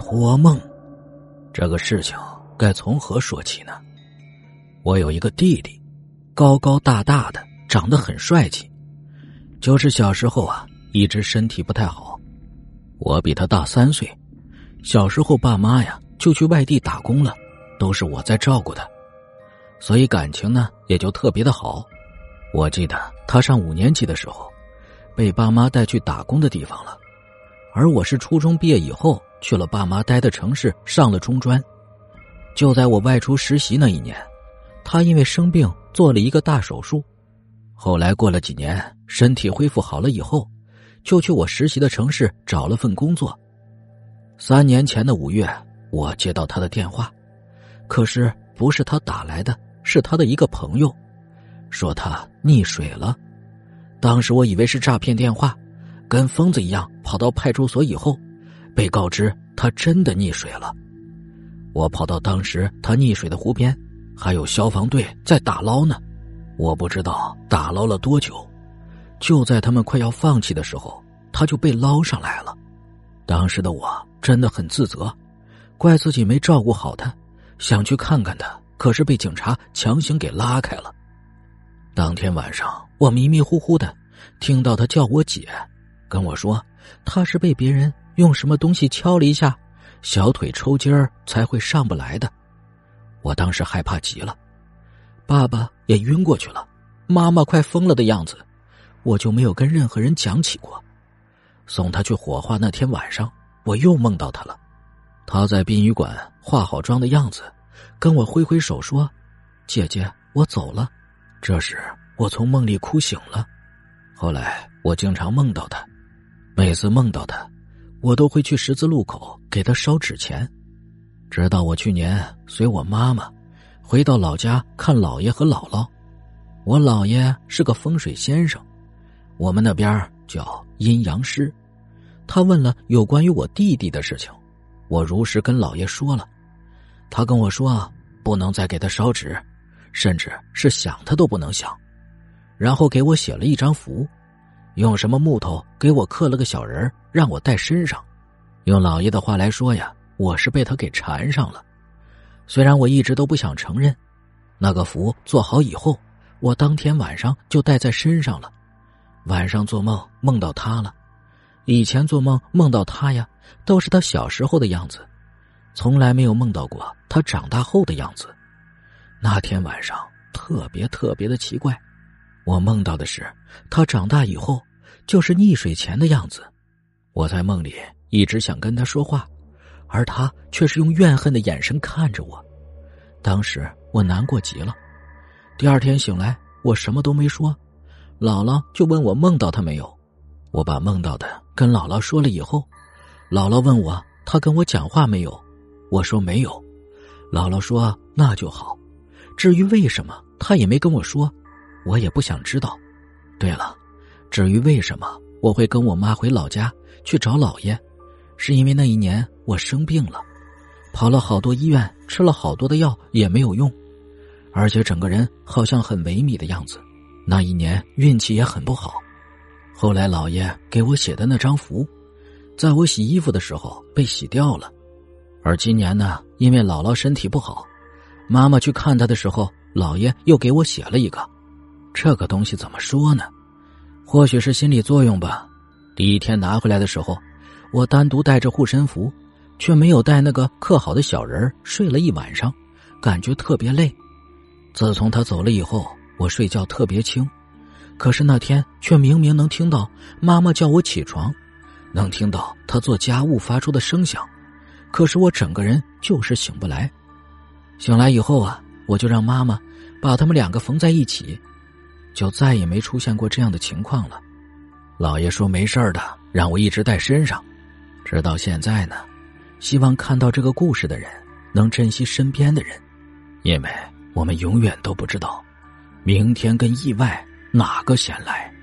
托梦，这个事情该从何说起呢？我有一个弟弟，高高大大的，长得很帅气，就是小时候一直身体不太好。我比他大3岁，小时候爸妈就去外地打工了，都是我在照顾他，所以感情呢也就特别的好。我记得他上5年级的时候，被爸妈带去打工的地方了，而我是初中毕业以后去了爸妈待的城市上了中专。就在我外出实习那一年，他因为生病做了一个大手术，后来过了几年，身体恢复好了以后，就去我实习的城市找了份工作。3年前的5月，我接到他的电话，可是不是他打来的，是他的一个朋友，说他溺水了。当时我以为是诈骗电话，跟疯子一样跑到派出所以后，被告知他真的溺水了。我跑到当时他溺水的湖边，还有消防队在打捞呢。我不知道打捞了多久，就在他们快要放弃的时候，他就被捞上来了。当时的我真的很自责，怪自己没照顾好他，想去看看他，可是被警察强行给拉开了。当天晚上，我迷迷糊糊的听到他叫我姐，跟我说他是被别人用什么东西敲了一下，小腿抽筋儿才会上不来的。我当时害怕极了，爸爸也晕过去了，妈妈快疯了的样子，我就没有跟任何人讲起过。送他去火化那天晚上，我又梦到他了。他在殡仪馆化好妆的样子，跟我挥挥手说：“姐姐，我走了。”这时我从梦里哭醒了。后来我经常梦到他，每次梦到他，我都会去十字路口给他烧纸钱。直到我去年随我妈妈回到老家看姥爷和姥姥。我姥爷是个风水先生，我们那边叫阴阳师。他问了有关于我弟弟的事情，我如实跟姥爷说了。他跟我说不能再给他烧纸，甚至是想他都不能想，然后给我写了一张符，用什么木头给我刻了个小人，让我带身上。用姥爷的话来说我是被他给缠上了。虽然我一直都不想承认，那个符做好以后，我当天晚上就带在身上了。晚上做梦梦到他了，以前做梦梦到他都是他小时候的样子，从来没有梦到过他长大后的样子。那天晚上特别的奇怪，我梦到的是他长大以后就是溺水前的样子。我在梦里一直想跟他说话，而他却是用怨恨的眼神看着我。当时我难过极了。第二天醒来，我什么都没说，姥姥就问我梦到他没有。我把梦到的跟姥姥说了以后，姥姥问我他跟我讲话没有，我说没有。姥姥说那就好，至于为什么他也没跟我说，我也不想知道。对了，至于为什么我会跟我妈回老家去找姥爷，是因为那一年我生病了，跑了好多医院，吃了好多的药也没有用，而且整个人好像很萎靡的样子。那一年运气也很不好。后来姥爷给我写的那张符，在我洗衣服的时候被洗掉了。而今年呢，因为姥姥身体不好，妈妈去看她的时候，姥爷又给我写了一个。这个东西怎么说呢？或许是心理作用吧。第一天拿回来的时候，我单独带着护身符，却没有带那个刻好的小人，睡了一晚上，感觉特别累。自从他走了以后，我睡觉特别轻，可是那天却明明能听到妈妈叫我起床，能听到她做家务发出的声响，可是我整个人就是醒不来。醒来以后我就让妈妈把他们2个缝在一起，就再也没出现过这样的情况了。姥爷说没事的，让我一直带身上。直到现在呢，希望看到这个故事的人能珍惜身边的人，因为我们永远都不知道明天跟意外哪个先来。